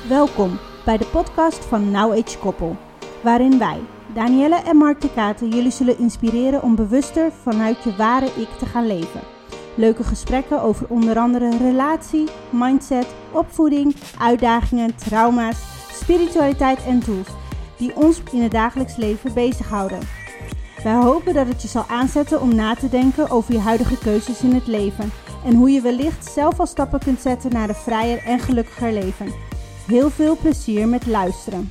Welkom bij de podcast van Now Age Koppel, waarin wij, Danielle en Mark de Katen, jullie zullen inspireren om bewuster vanuit je ware ik te gaan leven. Leuke gesprekken over onder andere relatie, mindset, opvoeding, uitdagingen, trauma's, spiritualiteit en tools die ons in het dagelijks leven bezighouden. Wij hopen dat het je zal aanzetten om na te denken over je huidige keuzes in het leven en hoe je wellicht zelf al stappen kunt zetten naar een vrijer en gelukkiger leven. Heel veel plezier met luisteren.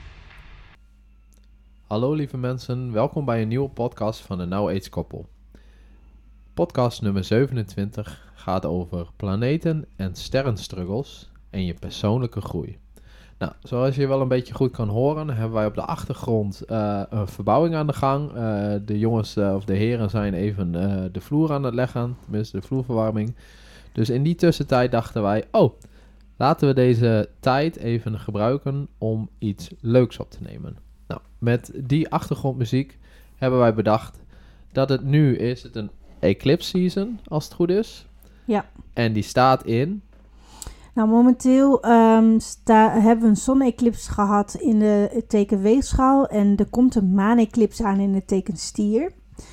Hallo lieve mensen, welkom bij een nieuwe podcast van de Now Age Koppel. Podcast nummer 27 gaat over planeten en sterrenstruggles en je persoonlijke groei. Nou, zoals je wel een beetje goed kan horen, hebben wij op de achtergrond een verbouwing aan de gang. De jongens of de heren zijn even de vloer aan het leggen, tenminste de vloerverwarming. Dus in die tussentijd dachten wij, laten we deze tijd even gebruiken om iets leuks op te nemen. Nou, met die achtergrondmuziek hebben wij bedacht dat het nu is het een eclipse season, als het goed is. Ja. En die staat in... Nou, momenteel hebben we een zonne-eclips gehad in het teken Weegschaal en er komt een maan-eclips aan in het teken Stier.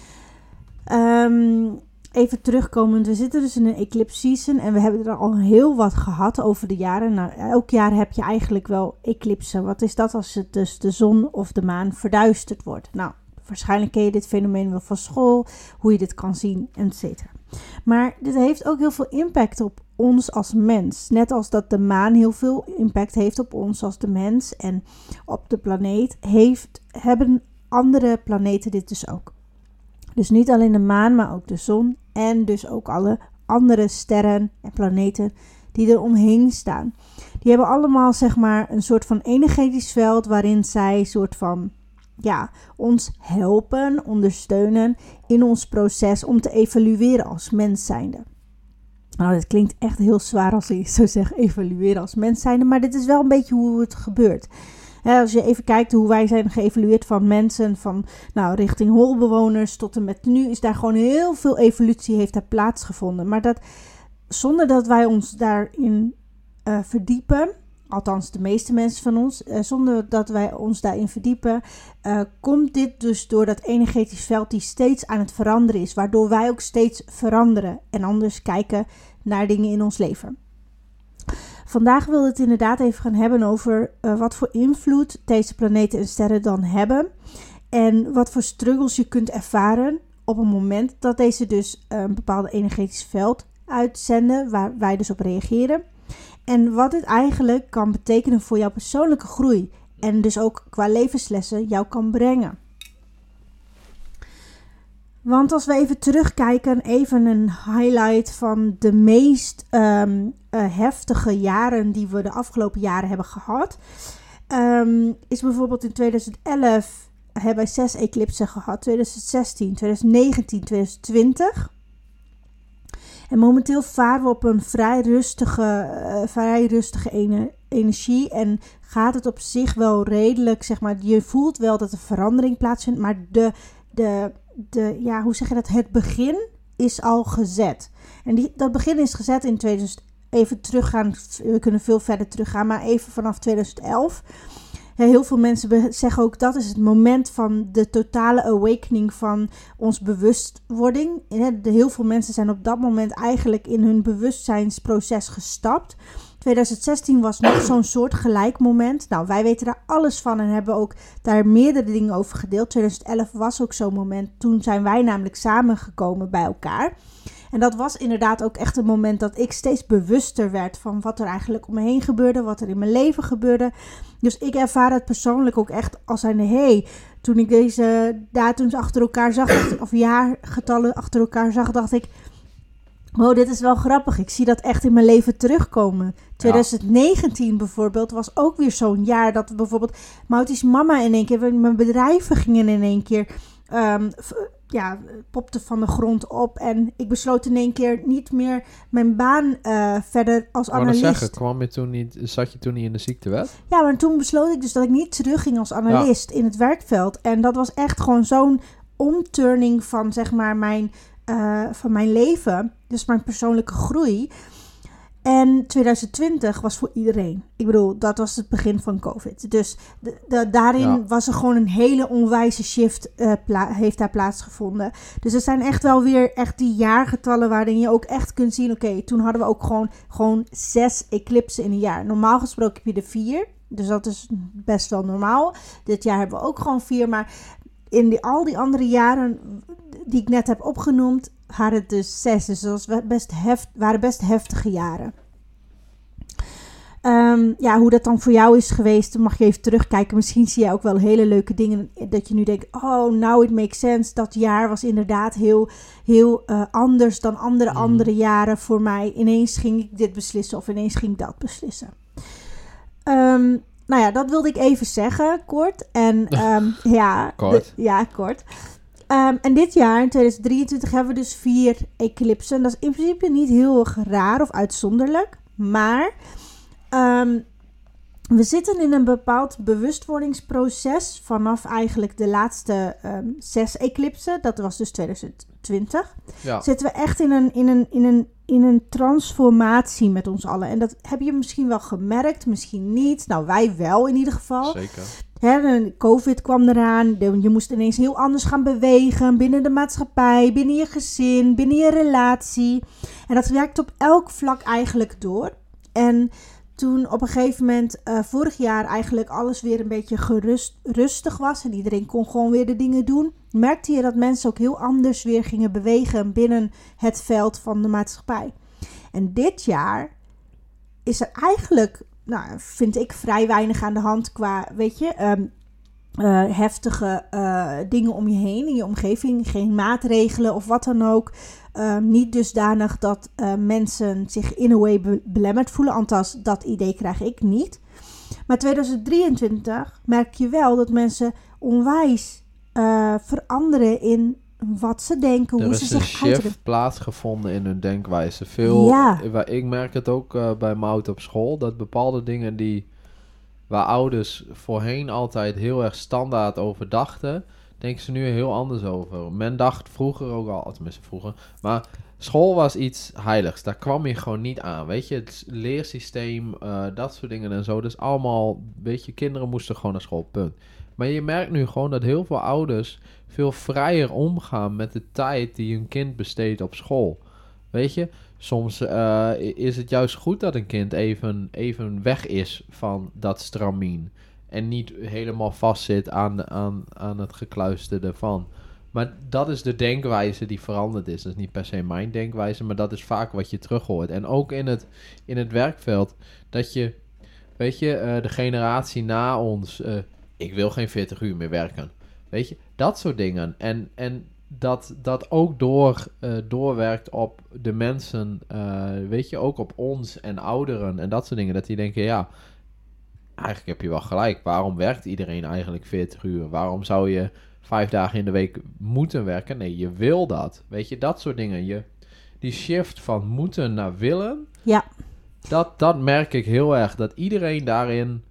Even terugkomend, we zitten dus in een eclipse season en we hebben er al heel wat gehad over de jaren. Nou, elk jaar heb je eigenlijk wel eclipsen. Wat is dat als het dus de zon of de maan verduisterd wordt? Nou, waarschijnlijk ken je dit fenomeen wel van school, hoe je dit kan zien, etc. Maar dit heeft ook heel veel impact op ons als mens. Net als dat de maan heel veel impact heeft op ons als de mens en op de planeet, hebben andere planeten dit dus ook. Dus niet alleen de maan, maar ook de zon en dus ook alle andere sterren en planeten die er omheen staan. Die hebben allemaal zeg maar een soort van energetisch veld waarin zij soort van ons helpen, ondersteunen in ons proces om te evolueren als mens zijnde. Nou, dat klinkt echt heel zwaar als ik zo zeg, evolueren als mens zijnde, maar dit is wel een beetje hoe het gebeurt. Als je even kijkt hoe wij zijn geëvolueerd van mensen, van richting holbewoners tot en met nu, is daar gewoon heel veel evolutie heeft daar plaatsgevonden. Maar zonder dat wij ons daarin verdiepen, althans de meeste mensen van ons, zonder dat wij ons daarin verdiepen, komt dit dus door dat energetisch veld die steeds aan het veranderen is, waardoor wij ook steeds veranderen en anders kijken naar dingen in ons leven. Vandaag wil ik het inderdaad even gaan hebben over wat voor invloed deze planeten en sterren dan hebben. En wat voor struggles je kunt ervaren op het moment dat deze dus een bepaald energetisch veld uitzenden, waar wij dus op reageren. En wat dit eigenlijk kan betekenen voor jouw persoonlijke groei. En dus ook qua levenslessen jou kan brengen. Want als we even terugkijken, even een highlight van de meest heftige jaren die we de afgelopen jaren hebben gehad. Is bijvoorbeeld in 2011 hebben wij 6 eclipsen gehad. 2016, 2019, 2020. En momenteel varen we op een vrij rustige energie. En gaat het op zich wel redelijk, zeg maar, je voelt wel dat er verandering plaatsvindt. Maar hoe zeg je dat? Het begin is al gezet. En dat begin is gezet in 2000. Even teruggaan, we kunnen veel verder teruggaan, maar even vanaf 2011. Heel veel mensen zeggen ook dat is het moment van de totale awakening van ons bewustwording. Heel veel mensen zijn op dat moment eigenlijk in hun bewustzijnsproces gestapt. 2016 was nog zo'n soort gelijk moment. Nou, wij weten daar alles van en hebben ook daar meerdere dingen over gedeeld. 2011 was ook zo'n moment. Toen zijn wij namelijk samengekomen bij elkaar. En dat was inderdaad ook echt een moment dat ik steeds bewuster werd van wat er eigenlijk om me heen gebeurde, wat er in mijn leven gebeurde. Dus ik ervaar het persoonlijk ook echt als zijnde, toen ik deze datums achter elkaar zag, of jaargetallen achter elkaar zag, dacht ik, dit is wel grappig. Ik zie dat echt in mijn leven terugkomen. 2019 bijvoorbeeld was ook weer zo'n jaar dat bijvoorbeeld Mautis mama in één keer, mijn bedrijven gingen in één keer, popte van de grond op. En ik besloot in één keer niet meer mijn baan verder als analist. Zat je toen niet in de ziektewet? Ja, maar toen besloot ik dus dat ik niet terugging als analist in het werkveld. En dat was echt gewoon zo'n omturning van zeg maar van mijn leven. Dus mijn persoonlijke groei. En 2020 was voor iedereen. Ik bedoel, dat was het begin van COVID. Dus daarin was er gewoon een hele onwijze shift heeft daar plaatsgevonden. Dus er zijn echt wel weer echt die jaargetallen waarin je ook echt kunt zien... Oké, toen hadden we ook gewoon 6 eclipsen in een jaar. Normaal gesproken heb je er 4. Dus dat is best wel normaal. Dit jaar hebben we ook gewoon 4. Maar in al die andere jaren die ik net heb opgenoemd... waren het dus 6. Dus dat waren best heftige jaren. Hoe dat dan voor jou is geweest, dan mag je even terugkijken. Misschien zie je ook wel hele leuke dingen. Dat je nu denkt, oh, now it makes sense. Dat jaar was inderdaad heel anders dan andere jaren voor mij. Ineens ging ik dit beslissen of ineens ging ik dat beslissen. Dat wilde ik even zeggen, kort. En kort. Kort. En dit jaar, in 2023, hebben we dus 4 eclipsen. Dat is in principe niet heel erg raar of uitzonderlijk. Maar we zitten in een bepaald bewustwordingsproces vanaf eigenlijk de laatste 6 eclipsen. Dat was dus 2020. Ja. Zitten we echt in een transformatie met ons allen. En dat heb je misschien wel gemerkt, misschien niet. Nou, wij wel in ieder geval. Zeker. COVID kwam eraan. Je moest ineens heel anders gaan bewegen. Binnen de maatschappij, binnen je gezin, binnen je relatie. En dat werkt op elk vlak eigenlijk door. En toen op een gegeven moment vorig jaar eigenlijk alles weer een beetje rustig was. En iedereen kon gewoon weer de dingen doen. Merkte je dat mensen ook heel anders weer gingen bewegen binnen het veld van de maatschappij. En dit jaar is er eigenlijk, vind ik, vrij weinig aan de hand qua, heftige dingen om je heen in je omgeving. Geen maatregelen of wat dan ook. Niet dusdanig dat mensen zich in a way belemmerd voelen. Althans, dat idee krijg ik niet. Maar 2023 merk je wel dat mensen onwijs veranderen in wat ze denken, hoe ze zich uiten. Er is een shift plaatsgevonden in hun denkwijze. Ik merk het ook bij Mout op school. Dat bepaalde dingen waar ouders voorheen altijd heel erg standaard over dachten, denken ze nu heel anders over. Men dacht vroeger ook al, tenminste vroeger, maar school was iets heiligs. Daar kwam je gewoon niet aan, weet je. Het leersysteem, dat soort dingen en zo. Dus allemaal, weet je, kinderen moesten gewoon naar school, punt. Maar je merkt nu gewoon dat heel veel ouders veel vrijer omgaan met de tijd die hun kind besteedt op school. Weet je, soms is het juist goed dat een kind even weg is van dat stramien. En niet helemaal vastzit aan het gekluisterde ervan. Maar dat is de denkwijze die veranderd is. Dat is niet per se mijn denkwijze, maar dat is vaak wat je terug hoort. En ook in het werkveld, dat je, weet je, de generatie na ons, ik wil geen 40 uur meer werken. Weet je, dat soort dingen. En dat ook doorwerkt op de mensen, weet je, ook op ons en ouderen en dat soort dingen. Dat die denken, ja, eigenlijk heb je wel gelijk. Waarom werkt iedereen eigenlijk 40 uur? Waarom zou je 5 dagen in de week moeten werken? Nee, je wil dat. Weet je, dat soort dingen. Die shift van moeten naar willen. Ja. Dat merk ik heel erg. Dat iedereen daarin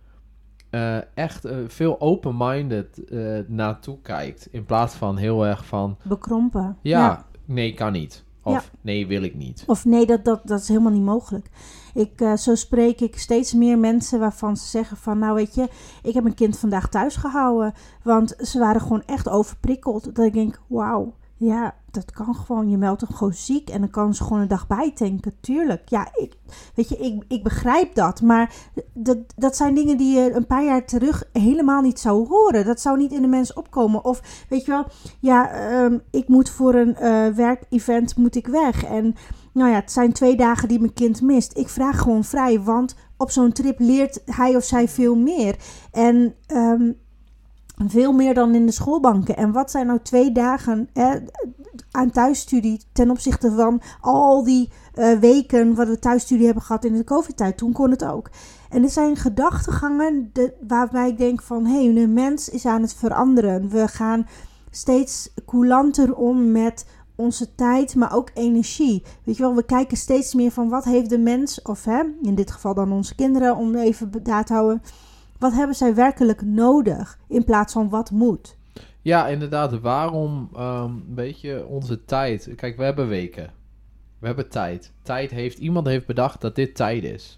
echt veel open-minded naartoe kijkt. In plaats van heel erg van bekrompen. Ja, nee, kan niet. Of nee, wil ik niet. Of nee, dat is helemaal niet mogelijk. Zo spreek ik steeds meer mensen waarvan ze zeggen van, nou weet je, ik heb mijn kind vandaag thuis gehouden. Want ze waren gewoon echt overprikkeld. Dat ik denk, wauw, ja, dat kan gewoon. Je meldt hem gewoon ziek en dan kan ze gewoon een dag bijtanken. Tuurlijk. Ja, ik begrijp dat. Maar dat zijn dingen die je een paar jaar terug helemaal niet zou horen. Dat zou niet in de mens opkomen. Of weet je wel, ja, ik moet voor een werkevent moet ik weg. En nou ja, het zijn 2 dagen die mijn kind mist. Ik vraag gewoon vrij, want op zo'n trip leert hij of zij veel meer. En veel meer dan in de schoolbanken. En wat zijn nou 2 dagen aan thuisstudie ten opzichte van al die weken wat we thuisstudie hebben gehad in de COVID-tijd. Toen kon het ook. En er zijn gedachtegangen waarbij ik denk van, hé, de mens is aan het veranderen. We gaan steeds coulanter om met onze tijd, maar ook energie. Weet je wel, we kijken steeds meer van wat heeft de mens, of in dit geval dan onze kinderen, om even daar te houden, wat hebben zij werkelijk nodig in plaats van wat moet? Ja, inderdaad. Waarom, weet je, onze tijd. Kijk, we hebben weken. We hebben tijd. Iemand heeft bedacht dat dit tijd is.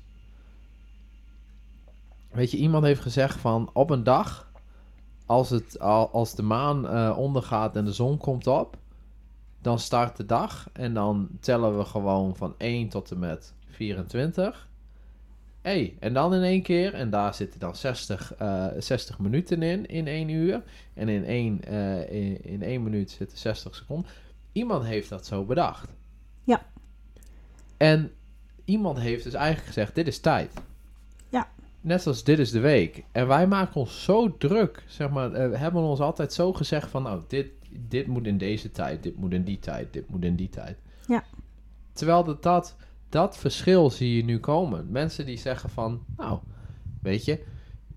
Weet je, iemand heeft gezegd van op een dag, als de maan ondergaat en de zon komt op, dan start de dag en dan tellen we gewoon van 1 tot en met 24. En dan in één keer, en daar zitten dan 60 minuten in 1 uur. En in 1 minuut zitten 60 seconden. Iemand heeft dat zo bedacht. Ja. En iemand heeft dus eigenlijk gezegd, dit is tijd. Ja. Net zoals dit is de week. En wij maken ons zo druk, zeg maar, we hebben ons altijd zo gezegd van, nou, dit moet in deze tijd, dit moet in die tijd, dit moet in die tijd. Ja. Terwijl dat verschil zie je nu komen. Mensen die zeggen van, nou, weet je,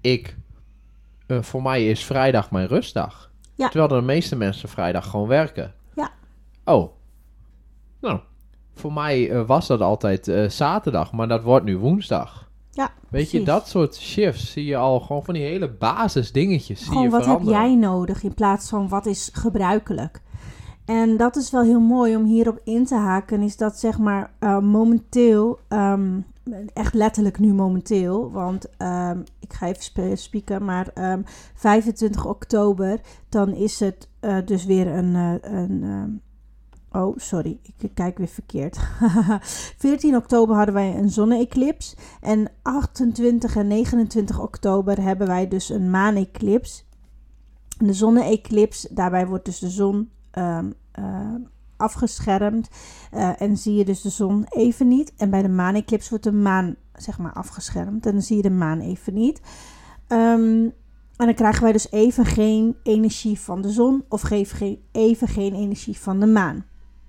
voor mij is vrijdag mijn rustdag. Ja. Terwijl de meeste mensen vrijdag gewoon werken. Ja. Oh, nou, voor mij was dat altijd zaterdag, maar dat wordt nu woensdag. Ja, weet je, dat soort shifts zie je al gewoon van die hele basis dingetjes zie je gewoon wat veranderen. heb jij nodig in plaats van wat is gebruikelijk. En dat is wel heel mooi om hierop in te haken, is dat zeg maar momenteel, echt letterlijk nu momenteel, want ik ga even spieken, maar 25 oktober, dan is het dus weer oh, sorry, ik kijk weer verkeerd. 14 oktober hadden wij een zonne-eclips. En 28 en 29 oktober hebben wij dus een maan-eclips. En de zonne-eclips, daarbij wordt dus de zon afgeschermd. En zie je dus de zon even niet. En bij de maan-eclips wordt de maan, zeg maar, afgeschermd. En dan zie je de maan even niet. En dan krijgen wij dus even geen energie van de zon. Of even geen energie van de maan.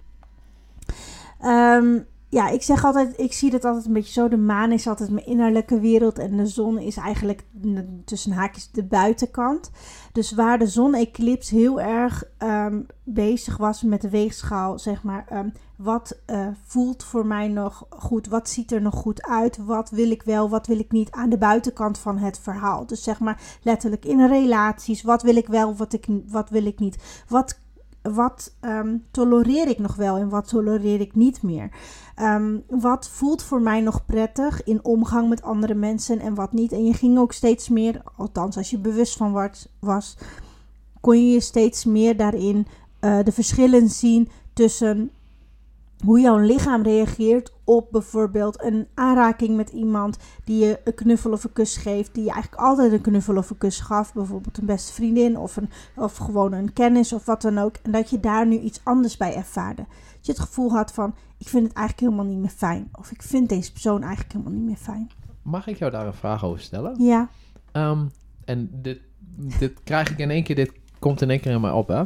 Ja, ik zie dat altijd een beetje zo. De maan is altijd mijn innerlijke wereld en de zon is eigenlijk tussen haakjes de buitenkant. Dus waar de zon-eclips heel erg bezig was met de weegschaal, zeg maar, wat voelt voor mij nog goed, wat ziet er nog goed uit, wat wil ik wel, wat wil ik niet aan de buitenkant van het verhaal. Dus zeg maar letterlijk in relaties, wat wil ik wel, wat wil ik niet, wat tolereer ik nog wel en wat tolereer ik niet meer? Wat voelt voor mij nog prettig in omgang met andere mensen en wat niet? En je ging ook steeds meer, althans als je bewust van was, kon je steeds meer daarin de verschillen zien tussen hoe jouw lichaam reageert op bijvoorbeeld een aanraking met iemand die je een knuffel of een kus geeft, die je eigenlijk altijd een knuffel of een kus gaf, bijvoorbeeld een beste vriendin of gewoon een kennis of wat dan ook, en dat je daar nu iets anders bij ervaarde. Dat je het gevoel had van, ik vind het eigenlijk helemaal niet meer fijn, of ik vind deze persoon eigenlijk helemaal niet meer fijn. Mag ik jou daar een vraag over stellen? Ja. En dit krijg ik in één keer, dit komt in één keer in mij op, hè?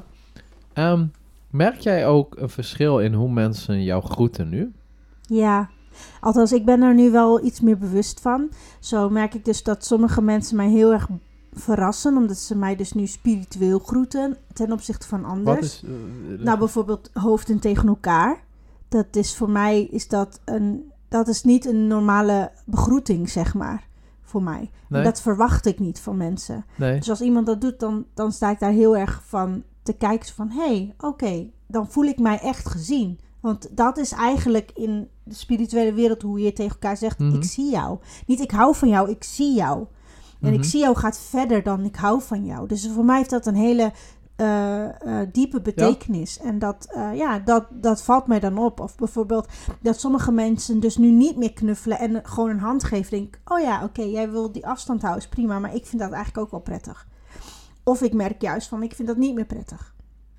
Merk jij ook een verschil in hoe mensen jou groeten nu? Ja, althans ik ben er nu wel iets meer bewust van. Zo merk ik dus dat sommige mensen mij heel erg verrassen, omdat ze mij dus nu spiritueel groeten ten opzichte van anders. Wat is, nou, bijvoorbeeld hoofden tegen elkaar. Dat is voor mij, dat is niet een normale begroeting, zeg maar, voor mij. Nee. Dat verwacht ik niet van mensen. Nee. Dus als iemand dat doet, dan sta ik daar heel erg van te kijken van, oké, dan voel ik mij echt gezien. Want dat is eigenlijk in de spirituele wereld hoe je tegen elkaar zegt, ik zie jou. Niet ik hou van jou, ik zie jou. En ik zie jou gaat verder dan ik hou van jou. Dus voor mij heeft dat een hele diepe betekenis. Ja. En dat valt mij dan op. Of bijvoorbeeld dat sommige mensen dus nu niet meer knuffelen en gewoon een hand geven. Denk ik, oké, jij wil die afstand houden, is prima. Maar ik vind dat eigenlijk ook wel prettig. Of ik merk juist van, ik vind dat niet meer prettig.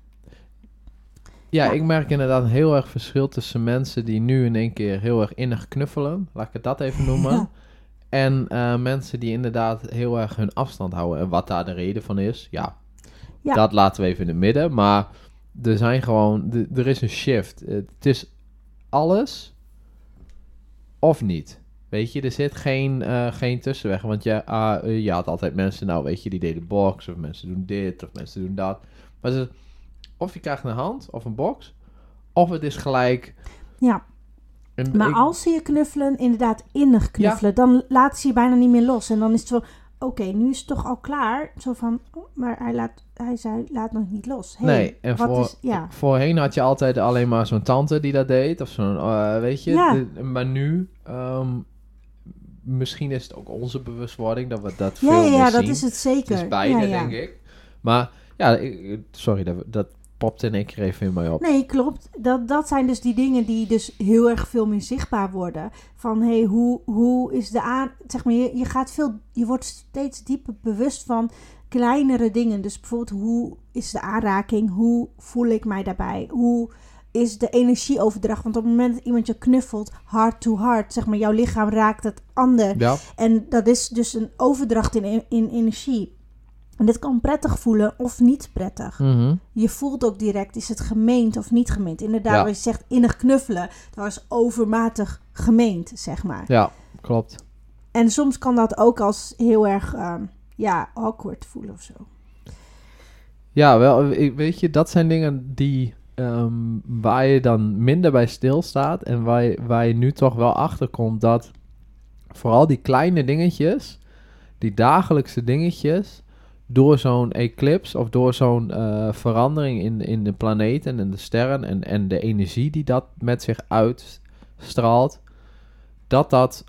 Ja, ik merk inderdaad een heel erg verschil tussen mensen die nu in één keer heel erg innig knuffelen. Laat ik het dat even noemen. Ja. En mensen die inderdaad heel erg hun afstand houden. En wat daar de reden van is, dat laten we even in het midden. Maar er zijn gewoon, er is een shift. Het is alles of niet. Weet je, er zit geen tussenweg. Want je had altijd mensen, nou weet je, die deden box. Of mensen doen dit, of mensen doen dat. Maar of je krijgt een hand of een box, of het is gelijk. Ja. Maar als ze je knuffelen, inderdaad innig knuffelen, dan laten ze je bijna niet meer los. En dan is het zo, oké, nu is het toch al klaar. Zo van, maar hij zei, laat nog niet los. Hey, nee, en voorheen had je altijd alleen maar zo'n tante die dat deed. Of zo'n, weet je. Ja. Maar nu, misschien is het ook onze bewustwording dat we dat veel meer zien. Ja, dat is het zeker. Het is beide, denk ik. Maar ja, sorry, dat popt in één keer even in mij op. Nee, klopt. Dat zijn dus die dingen die dus heel erg veel meer zichtbaar worden. Van, hoe is de zeg maar, je wordt steeds dieper bewust van kleinere dingen. Dus bijvoorbeeld, hoe is de aanraking? Hoe voel ik mij daarbij? Hoe is de energieoverdracht? Want op het moment dat iemand je knuffelt, heart to heart, zeg maar, jouw lichaam raakt het ander. Ja. En dat is dus een overdracht in energie. En dit kan prettig voelen of niet prettig. Mm-hmm. Je voelt ook direct, is het gemeend of niet gemeend? Inderdaad, wat je zegt, innig knuffelen, dat was overmatig gemeend, zeg maar. Ja, klopt. En soms kan dat ook als heel erg awkward voelen of zo. Ja, wel, weet je, dat zijn dingen die waar je dan minder bij stilstaat en waar je nu toch wel achter komt dat vooral die kleine dingetjes, die dagelijkse dingetjes, door zo'n eclipse of door zo'n verandering in de planeten en de sterren en de energie die dat met zich uitstraalt, dat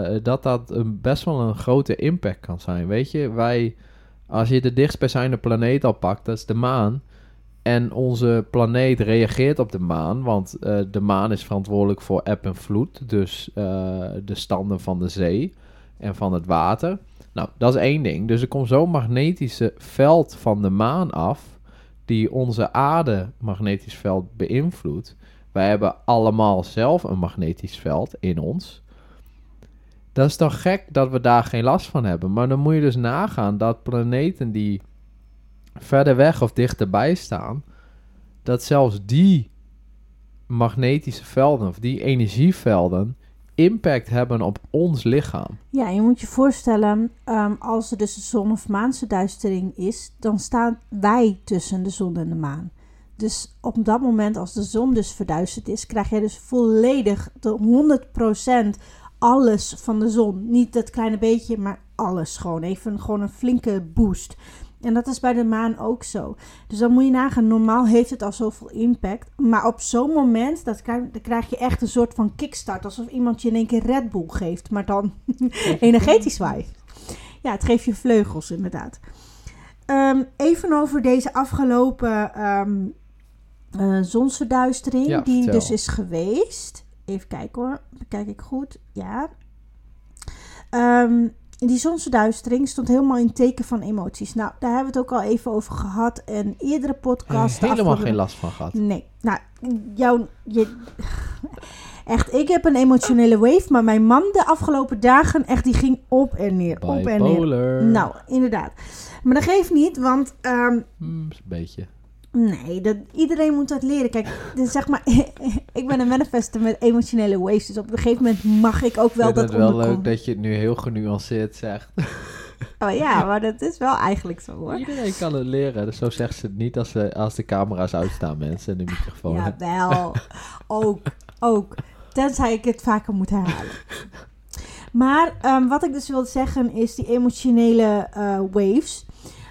best wel een grote impact kan zijn. Weet je, als je de dichtstbijzijnde planeet al pakt, dat is de maan. En onze planeet reageert op de maan, want de maan is verantwoordelijk voor eb en vloed, dus de standen van de zee en van het water. Nou, dat is één ding. Dus er komt zo'n magnetische veld van de maan af, die onze aarde magnetisch veld beïnvloedt. Wij hebben allemaal zelf een magnetisch veld in ons. Dat is toch gek dat we daar geen last van hebben. Maar dan moet je dus nagaan dat planeten die verder weg of dichterbij staan, dat zelfs die magnetische velden of die energievelden impact hebben op ons lichaam. Ja, je moet je voorstellen, als er dus een zon- of maansverduistering is, dan staan wij tussen de zon en de maan. Dus op dat moment, als de zon dus verduisterd is, krijg jij dus volledig de 100% alles van de zon. Niet dat kleine beetje, maar alles gewoon. Even gewoon een flinke boost. En dat is bij de maan ook zo. Dus dan moet je nagaan, normaal heeft het al zoveel impact. Maar op zo'n moment, dan krijg je echt een soort van kickstart. Alsof iemand je in één keer Red Bull geeft, maar dan energetisch wijs. Ja, het geeft je vleugels inderdaad. Even over deze afgelopen zonsverduistering, die vertel. dus is geweest. Even kijken hoor, bekijk ik goed. Ja. Die zonsverduistering stond helemaal in teken van emoties. Nou, daar hebben we het ook al even over gehad. Een eerdere podcast. Helemaal geen last van gehad. Nee. Nou, echt, ik heb een emotionele wave. Maar mijn man de afgelopen dagen, echt, die ging op en neer. Bipolar. Op en neer. Nou, inderdaad. Maar dat geeft niet, want Een beetje. nee, iedereen moet dat leren. Kijk, dus zeg maar, ik ben een manifester met emotionele waves. Dus op een gegeven moment mag ik ook wel dat onderkomen. Ik vind het wel leuk dat je het nu heel genuanceerd zegt. Oh ja, maar dat is wel eigenlijk zo hoor. Iedereen kan het leren. Dus zo zegt ze het niet als de camera's uitstaan, mensen, en de microfoon. Ja, wel. Ook. Tenzij ik het vaker moet herhalen. Maar wat ik dus wilde zeggen is die emotionele waves.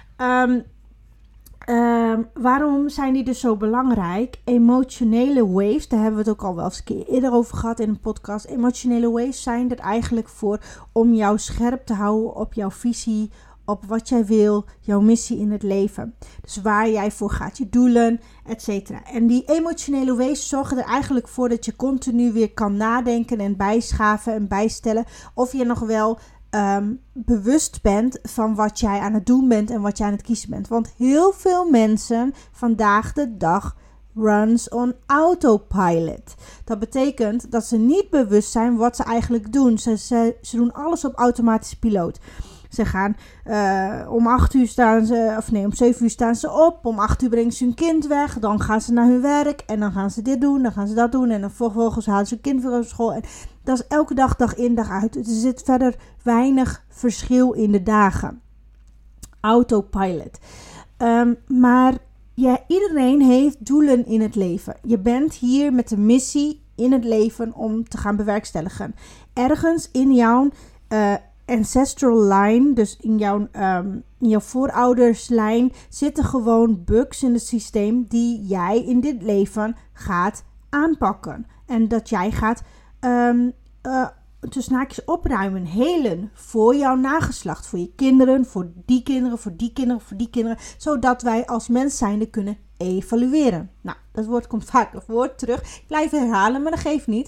Waarom zijn die dus zo belangrijk? Emotionele waves, daar hebben we het ook al wel eens een keer eerder over gehad in een podcast. Emotionele waves zijn er eigenlijk voor om jou scherp te houden op jouw visie, op wat jij wil, jouw missie in het leven. Dus waar jij voor gaat, je doelen, etc. En die emotionele waves zorgen er eigenlijk voor dat je continu weer kan nadenken en bijschaven en bijstellen of je nog wel bewust bent van wat jij aan het doen bent en wat jij aan het kiezen bent. Want heel veel mensen vandaag de dag runs on autopilot. Dat betekent dat ze niet bewust zijn wat ze eigenlijk doen. Ze doen alles op automatische piloot. Ze gaan om 8 uur staan ze, of nee, om 7 uur staan ze op. Om 8 uur brengen ze hun kind weg. Dan gaan ze naar hun werk. En dan gaan ze dit doen. Dan gaan ze dat doen. En dan vervolgens halen ze hun kind weer op school. En dat is elke dag, dag in, dag uit. Er zit verder weinig verschil in de dagen. Autopilot. Maar ja, iedereen heeft doelen in het leven. Je bent hier met een missie in het leven om te gaan bewerkstelligen. Ergens in jouw ancestral line, dus in jouw voorouderslijn, zitten gewoon bugs in het systeem die jij in dit leven gaat aanpakken. En dat jij gaat tussen haakjes opruimen, helen voor jouw nageslacht, voor je kinderen, voor die kinderen, voor die kinderen, voor die kinderen, zodat wij als mens zijnde kunnen evalueren. Nou, dat woord komt vaak nog woord terug. Ik blijf herhalen, maar dat geeft niet.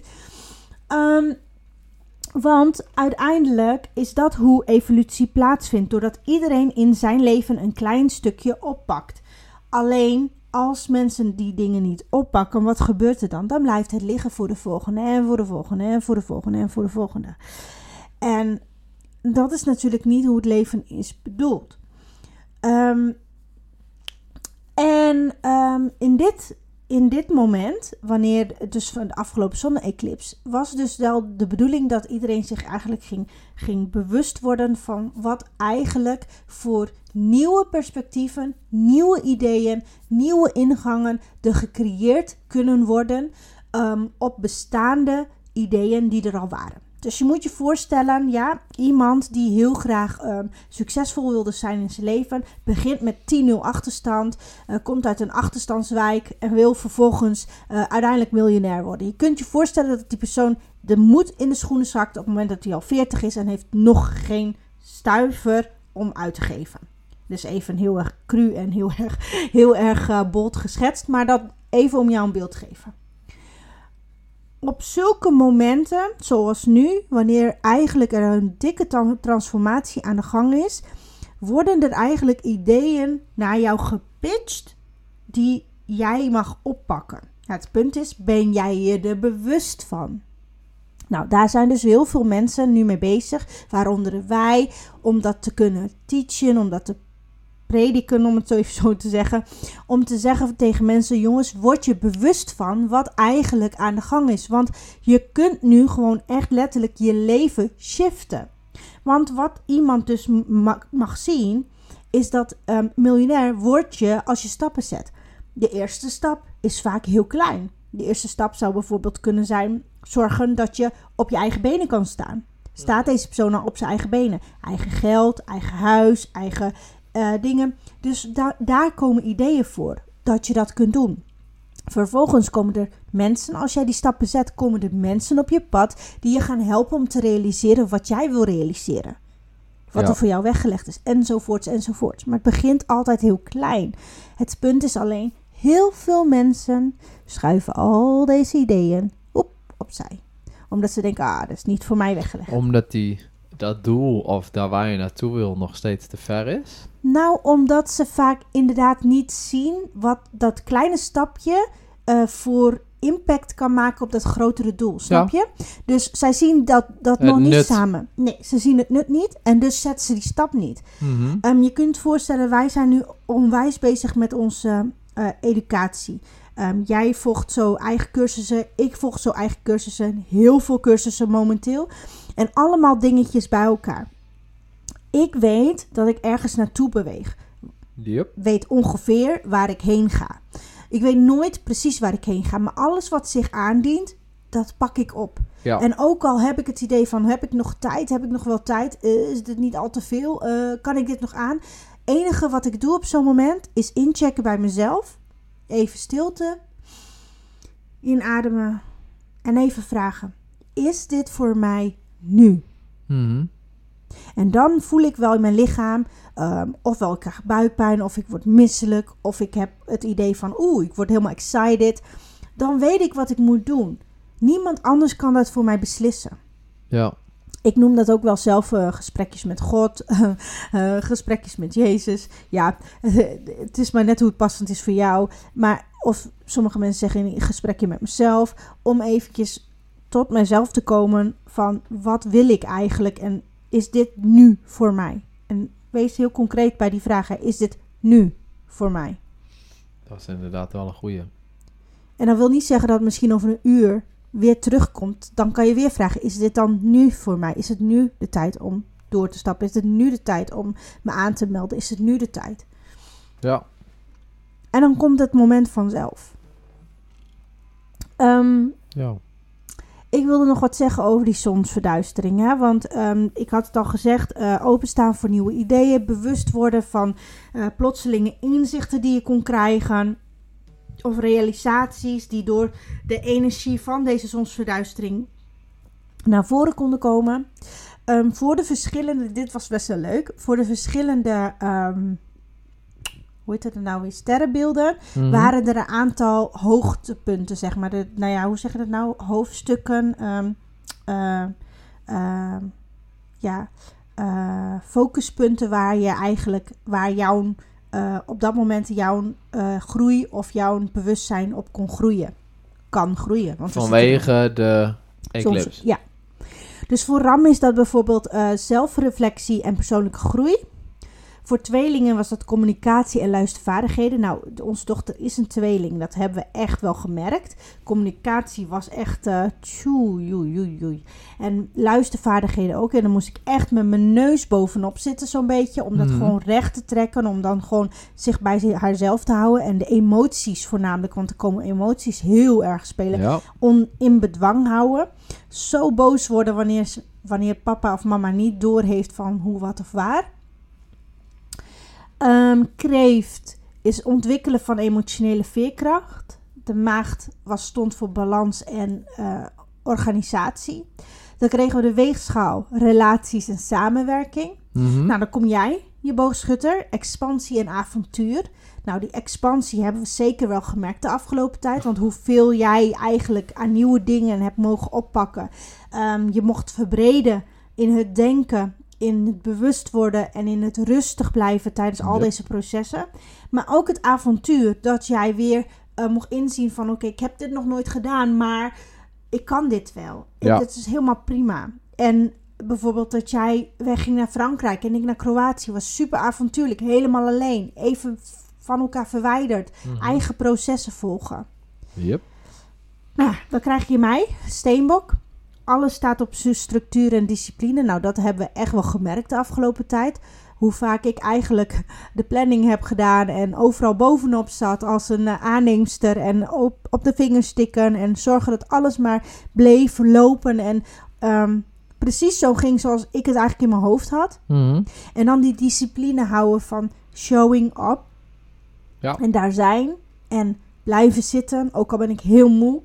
Want uiteindelijk is dat hoe evolutie plaatsvindt, doordat iedereen in zijn leven een klein stukje oppakt. Alleen als mensen die dingen niet oppakken, wat gebeurt er dan? Dan blijft het liggen voor de volgende en voor de volgende en voor de volgende en voor de volgende. En dat is natuurlijk niet hoe het leven is bedoeld. In dit moment, wanneer dus van de afgelopen zonne-eclips, was dus wel de bedoeling dat iedereen zich eigenlijk ging bewust worden van wat eigenlijk voor nieuwe perspectieven, nieuwe ideeën, nieuwe ingangen er gecreëerd kunnen worden op bestaande ideeën die er al waren. Dus je moet je voorstellen, ja, iemand die heel graag succesvol wilde zijn in zijn leven, begint met 10-0 achterstand, komt uit een achterstandswijk en wil vervolgens uiteindelijk miljonair worden. Je kunt je voorstellen dat die persoon de moed in de schoenen zakt op het moment dat hij al 40 is en heeft nog geen stuiver om uit te geven. Dus even heel erg cru en heel erg bold geschetst, maar dat even om jou een beeld te geven. Op zulke momenten, zoals nu, wanneer eigenlijk er een dikke transformatie aan de gang is, worden er eigenlijk ideeën naar jou gepitcht die jij mag oppakken. Het punt is, ben jij je er bewust van? Nou, daar zijn dus heel veel mensen nu mee bezig, waaronder wij, om dat te kunnen teachen, om dat te prediken, om het zo even zo te zeggen. Om te zeggen tegen mensen, jongens, word je bewust van wat eigenlijk aan de gang is. Want je kunt nu gewoon echt letterlijk je leven shiften. Want wat iemand dus mag zien, is dat miljonair word je als je stappen zet. De eerste stap is vaak heel klein. De eerste stap zou bijvoorbeeld kunnen zijn, zorgen dat je op je eigen benen kan staan. Staat deze persoon nou op zijn eigen benen? Eigen geld, eigen huis, eigen dingen. Dus daar komen ideeën voor dat je dat kunt doen. Vervolgens komen er mensen, als jij die stappen zet, komen er mensen op je pad die je gaan helpen om te realiseren wat jij wil realiseren. Wat er voor jou weggelegd is, enzovoorts, enzovoorts. Maar het begint altijd heel klein. Het punt is alleen, heel veel mensen schuiven al deze ideeën opzij. Omdat ze denken, dat is niet voor mij weggelegd. Omdat dat doel of daar waar je naartoe wil nog steeds te ver is? Nou, omdat ze vaak inderdaad niet zien wat dat kleine stapje voor impact kan maken op dat grotere doel. Snap je? Dus zij zien dat nog niet samen. Nee, ze zien het nut niet en dus zetten ze die stap niet. Mm-hmm. Je kunt je voorstellen, wij zijn nu onwijs bezig met onze educatie. Jij volgt zo eigen cursussen, ik volg zo eigen cursussen, heel veel cursussen momenteel. En allemaal dingetjes bij elkaar. Ik weet dat ik ergens naartoe beweeg. Yep. Weet ongeveer waar ik heen ga. Ik weet nooit precies waar ik heen ga. Maar alles wat zich aandient, dat pak ik op. Ja. En ook al heb ik het idee van, heb ik nog tijd? Heb ik nog wel tijd? Is dit niet al te veel? Kan ik dit nog aan? Het enige wat ik doe op zo'n moment is inchecken bij mezelf. Even stilte. Inademen. En even vragen. Is dit voor mij nu? Mm-hmm. En dan voel ik wel in mijn lichaam, ofwel ik krijg buikpijn, of ik word misselijk, of ik heb het idee van, ik word helemaal excited. Dan weet ik wat ik moet doen. Niemand anders kan dat voor mij beslissen. Ja. Ik noem dat ook wel zelf gesprekjes met God, gesprekjes met Jezus. Ja, het is maar net hoe het passend is voor jou. Maar of sommige mensen zeggen een gesprekje met mezelf, om eventjes tot mezelf te komen van wat wil ik eigenlijk en is dit nu voor mij? En wees heel concreet bij die vragen. Is dit nu voor mij? Dat is inderdaad wel een goeie. En dat wil niet zeggen dat het misschien over een uur weer terugkomt. Dan kan je weer vragen, is dit dan nu voor mij? Is het nu de tijd om door te stappen? Is het nu de tijd om me aan te melden? Is het nu de tijd? Ja. En dan komt het moment vanzelf. Ja. ik wilde nog wat zeggen over die zonsverduistering. Hè? Want ik had het al gezegd, openstaan voor nieuwe ideeën, bewust worden van plotselinge inzichten die je kon krijgen. Of realisaties die door de energie van deze zonsverduistering naar voren konden komen. Voor de verschillende, dit was best wel leuk, voor de verschillende, hoe heet het nou weer, sterrenbeelden, waren er een aantal hoogtepunten, zeg maar. Hoe zeg je dat nou? Hoofdstukken, focuspunten waar jouw op dat moment jouw groei of jouw bewustzijn op kan groeien. Want vanwege de eclipse. Ja. Dus voor Ram is dat bijvoorbeeld zelfreflectie en persoonlijke groei. Voor tweelingen was dat communicatie en luistervaardigheden. Nou, onze dochter is een tweeling. Dat hebben we echt wel gemerkt. Communicatie was echt En luistervaardigheden ook. En dan moest ik echt met mijn neus bovenop zitten zo'n beetje. Om dat gewoon recht te trekken. Om dan gewoon zich bij haarzelf te houden. En de emoties voornamelijk. Want er komen emoties heel erg spelen. Ja. In bedwang houden. Zo boos worden wanneer papa of mama niet doorheeft van hoe, wat of waar. Kreeft is ontwikkelen van emotionele veerkracht. De maagd stond voor balans en organisatie. Dan kregen we de weegschaal, relaties en samenwerking. Nou, dan kom jij, je boogschutter, expansie en avontuur. Nou, die expansie hebben we zeker wel gemerkt de afgelopen tijd. Want hoeveel jij eigenlijk aan nieuwe dingen hebt mogen oppakken. Je mocht verbreden in het denken, in het bewust worden en in het rustig blijven tijdens al deze processen. Maar ook het avontuur, dat jij weer mocht inzien van oké, ik heb dit nog nooit gedaan, maar ik kan dit wel. Ja. Dit is helemaal prima. En bijvoorbeeld dat jij wegging naar Frankrijk en ik naar Kroatië, was super avontuurlijk, helemaal alleen, even van elkaar verwijderd, eigen processen volgen. Yep. Nou, dan krijg je mij, Steenbok. Alles staat op structuur en discipline. Nou, dat hebben we echt wel gemerkt de afgelopen tijd. Hoe vaak ik eigenlijk de planning heb gedaan en overal bovenop zat als een aanneemster. En op de vingers stikken en zorgen dat alles maar bleef lopen. En precies zo ging zoals ik het eigenlijk in mijn hoofd had. En dan die discipline houden van showing up. Ja. En daar zijn en blijven zitten, ook al ben ik heel moe.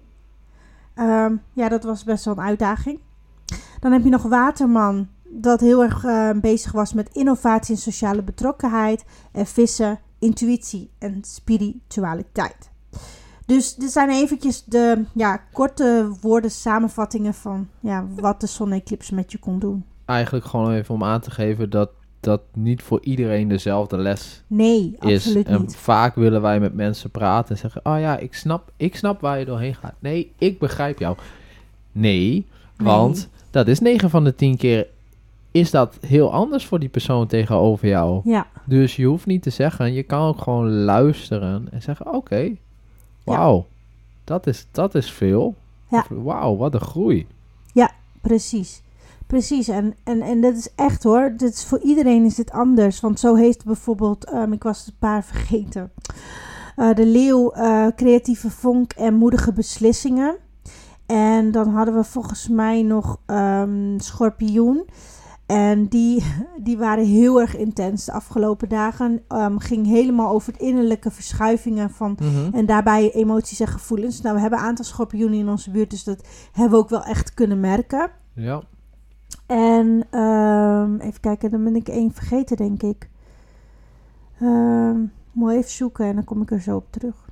Dat was best wel een uitdaging. Dan heb je nog Waterman, dat heel erg bezig was met innovatie en sociale betrokkenheid. En Vissen, intuïtie en spiritualiteit. Dus dit zijn eventjes de korte woorden samenvattingen van wat de zonne-eclipse met je kon doen. Eigenlijk gewoon even om aan te geven dat niet voor iedereen dezelfde les Nee, is. Absoluut en niet. Vaak willen wij met mensen praten en zeggen, ik snap waar je doorheen gaat. Nee, ik begrijp jou. Nee, want dat is 9 van de 10 keer is dat heel anders voor die persoon tegenover jou. Ja. Dus je hoeft niet te zeggen, je kan ook gewoon luisteren en zeggen, oké, wauw, dat is veel. Ja. Wauw, wat een groei. Ja, precies. Precies, en dat is echt hoor. Dit is, voor iedereen is dit anders. Want zo heeft bijvoorbeeld, ik was een paar vergeten. De leeuw, creatieve vonk en moedige beslissingen. En dan hadden we volgens mij nog schorpioen. En die waren heel erg intens de afgelopen dagen. Ging helemaal over het innerlijke verschuivingen van en daarbij emoties en gevoelens. Nou, we hebben een aantal schorpioenen in onze buurt, dus dat hebben we ook wel echt kunnen merken. Ja. En even kijken, dan ben ik één vergeten, denk ik. Moet even zoeken en dan kom ik er zo op terug.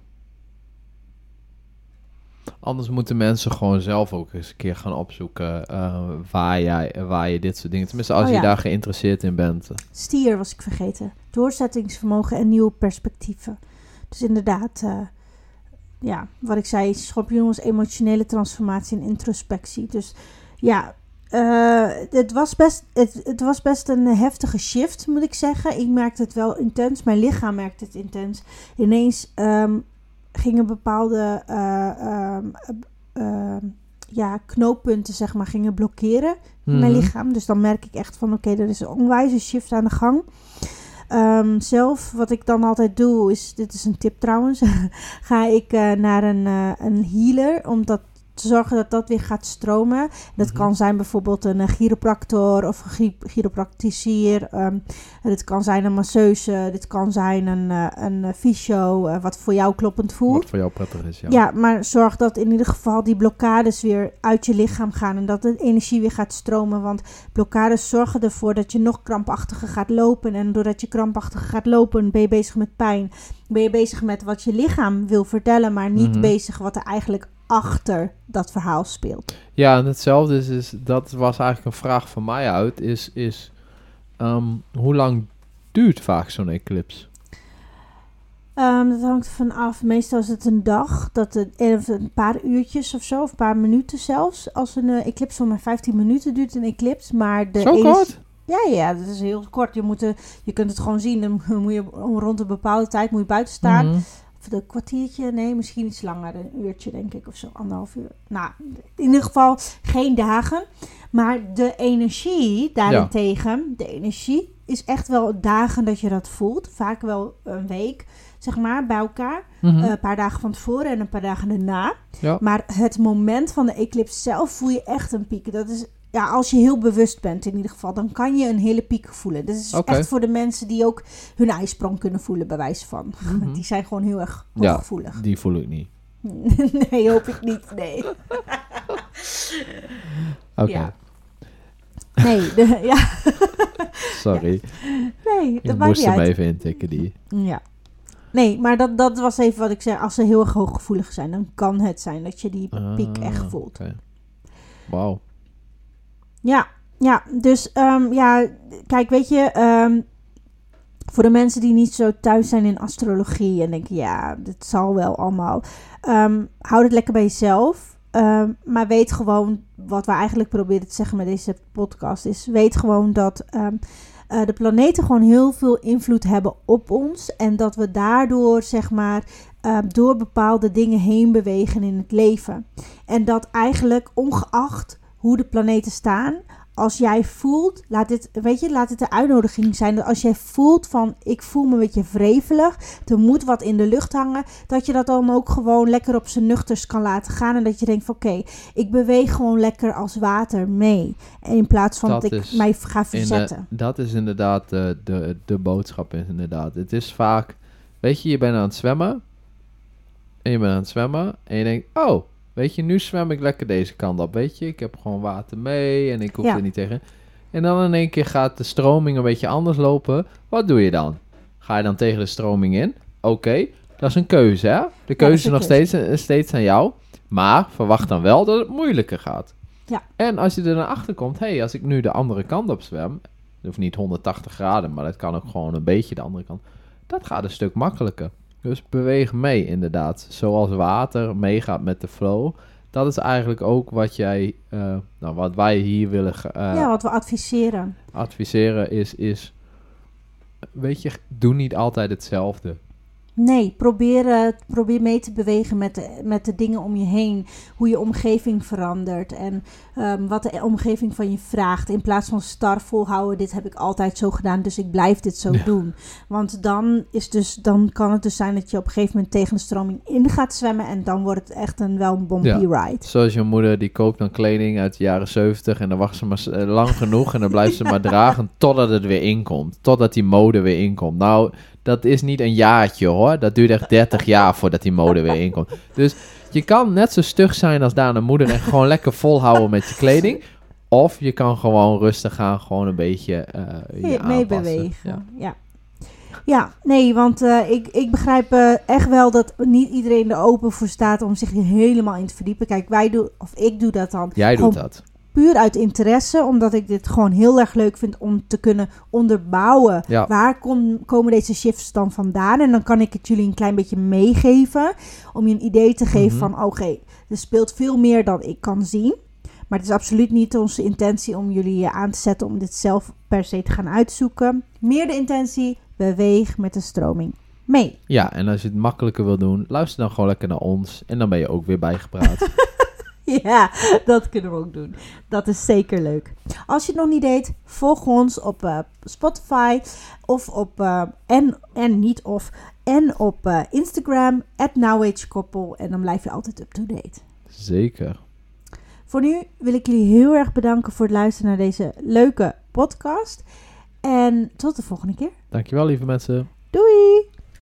Anders moeten mensen gewoon zelf ook eens een keer gaan opzoeken waar je dit soort dingen... Tenminste, als je daar geïnteresseerd in bent. Stier was ik vergeten. Doorzettingsvermogen en nieuwe perspectieven. Dus inderdaad, wat ik zei, schorpioen was emotionele transformatie en introspectie. Dus ja... Het was best een heftige shift, moet ik zeggen. Ik merkte het wel intens. Mijn lichaam merkte het intens. Ineens gingen bepaalde knooppunten, zeg maar, gingen blokkeren in mijn lichaam. Dus dan merk ik echt van, oké, er is een onwijze shift aan de gang. Zelf, wat ik dan altijd doe, dit is een tip trouwens, ga ik naar een healer, omdat te zorgen dat dat weer gaat stromen. Dat kan zijn bijvoorbeeld een chiropractor of een chiropracticier. Het kan zijn een masseuse. Dit kan zijn een fysio, wat voor jou kloppend voelt. Wat voor jou prettig is, ja. Ja, maar zorg dat in ieder geval die blokkades weer uit je lichaam gaan. En dat de energie weer gaat stromen. Want blokkades zorgen ervoor dat je nog krampachtiger gaat lopen. En doordat je krampachtiger gaat lopen, ben je bezig met pijn. Ben je bezig met wat je lichaam wil vertellen, maar niet bezig wat er eigenlijk achter dat verhaal speelt. Ja, en hetzelfde is dat was eigenlijk een vraag van mij uit, is hoe lang duurt vaak zo'n eclipse? Dat hangt er vanaf. Meestal is het een dag, een paar uurtjes of zo, of een paar minuten zelfs. Als een eclipse van maar 15 minuten duurt, een eclipse. Maar Zo kort? Ja, dat is heel kort. Je kunt het gewoon zien. Dan moet je rond een bepaalde tijd moet je buiten staan. Of een kwartiertje, nee, misschien iets langer. Een uurtje, denk ik, of zo. 1,5 uur. Nou, in ieder geval geen dagen. Maar de energie daarentegen, de energie is echt wel dagen dat je dat voelt. Vaak wel een week, zeg maar, bij elkaar. Een paar dagen van tevoren en een paar dagen daarna. Ja. Maar het moment van de eclipse zelf voel je echt een piek. Dat is... Ja, als je heel bewust bent in ieder geval, dan kan je een hele piek voelen. Dat is echt voor de mensen die ook hun ijsprong kunnen voelen, bij wijze van. Die zijn gewoon heel erg hooggevoelig. Ja, die voel ik niet. Nee, hoop ik niet, nee. Oké. Ja. Nee, ja. Sorry. Nee, dat ik maakt moest niet hem uit. even intikken, die. Ja. Nee, maar dat was even wat ik zei. Als ze heel erg hooggevoelig zijn, dan kan het zijn dat je die piek echt voelt. Okay. Wauw. Ja, dus kijk, weet je, voor de mensen die niet zo thuis zijn in astrologie en denken, ja, dit zal wel allemaal, houd het lekker bij jezelf. Maar weet gewoon, wat we eigenlijk proberen te zeggen met deze podcast is, weet gewoon dat de planeten gewoon heel veel invloed hebben op ons. En dat we daardoor, zeg maar, door bepaalde dingen heen bewegen in het leven. En dat eigenlijk, ongeacht hoe de planeten staan, als jij voelt, laat dit de uitnodiging zijn, dat als jij voelt van, ik voel me een beetje wrevelig, er moet wat in de lucht hangen, dat je dat dan ook gewoon lekker op zijn nuchters kan laten gaan. En dat je denkt van, oké, ik beweeg gewoon lekker als water mee. En in plaats van dat ik mij ga verzetten. Dat is inderdaad de boodschap is inderdaad. Het is vaak, weet je bent aan het zwemmen. En je denkt, oh, weet je, nu zwem ik lekker deze kant op, weet je. Ik heb gewoon water mee en ik hoef er niet tegen. En dan in één keer gaat de stroming een beetje anders lopen. Wat doe je dan? Ga je dan tegen de stroming in? Oké, dat is een keuze, hè? De keuze is nog steeds aan jou. Maar verwacht dan wel dat het moeilijker gaat. Ja. En als je er naar achter komt, als ik nu de andere kant op zwem, het hoeft niet 180 graden, maar dat kan ook gewoon een beetje de andere kant. Dat gaat een stuk makkelijker. Dus beweeg mee inderdaad. Zoals water meegaat met de flow. Dat is eigenlijk ook wat wat wij hier willen... wat we adviseren. Adviseren is... Weet je, doe niet altijd hetzelfde. Nee, probeer mee te bewegen met de dingen om je heen. Hoe je omgeving verandert. En wat de omgeving van je vraagt. In plaats van star volhouden. Dit heb ik altijd zo gedaan, dus ik blijf dit zo doen. Want dan kan het dus zijn dat je op een gegeven moment tegen de stroming in gaat zwemmen. En dan wordt het echt wel een bumpy ride. Zoals je moeder, die koopt dan kleding uit de jaren 70. En dan wacht ze maar lang genoeg. En dan blijft ze maar dragen totdat het weer inkomt. Totdat die mode weer inkomt. Nou... Dat is niet een jaartje hoor. Dat duurt echt 30 jaar voordat die mode weer inkomt. Dus je kan net zo stug zijn als Daan en moeder en gewoon lekker volhouden met je kleding. Of je kan gewoon rustig gaan, gewoon een beetje meebewegen. Ja, nee, want ik begrijp echt wel dat niet iedereen er open voor staat om zich helemaal in te verdiepen. Kijk, ik doe dat dan. Jij doet dat. Puur uit interesse, omdat ik dit gewoon heel erg leuk vind om te kunnen onderbouwen. Ja. Waar komen deze shifts dan vandaan? En dan kan ik het jullie een klein beetje meegeven. Om je een idee te geven van, oké, er speelt veel meer dan ik kan zien. Maar het is absoluut niet onze intentie om jullie aan te zetten om dit zelf per se te gaan uitzoeken. Meer de intentie, beweeg met de stroming mee. Ja, en als je het makkelijker wil doen, luister dan gewoon lekker naar ons. En dan ben je ook weer bijgepraat. Ja, dat kunnen we ook doen. Dat is zeker leuk. Als je het nog niet deed, volg ons op Spotify of op op Instagram @NowAgeKoppel en dan blijf je altijd up to date. Zeker. Voor nu wil ik jullie heel erg bedanken voor het luisteren naar deze leuke podcast. En tot de volgende keer. Dankjewel, lieve mensen. Doei!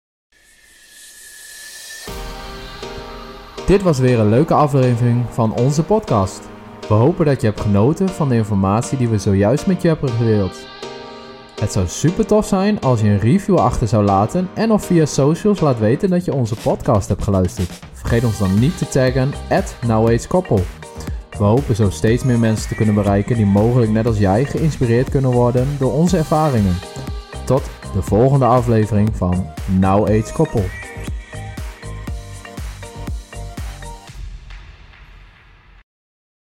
Dit was weer een leuke aflevering van onze podcast. We hopen dat je hebt genoten van de informatie die we zojuist met je hebben gedeeld. Het zou super tof zijn als je een review achter zou laten en of via socials laat weten dat je onze podcast hebt geluisterd. Vergeet ons dan niet te taggen @NowAgeKoppel. We hopen zo steeds meer mensen te kunnen bereiken die mogelijk net als jij geïnspireerd kunnen worden door onze ervaringen. Tot de volgende aflevering van Now Age Koppel.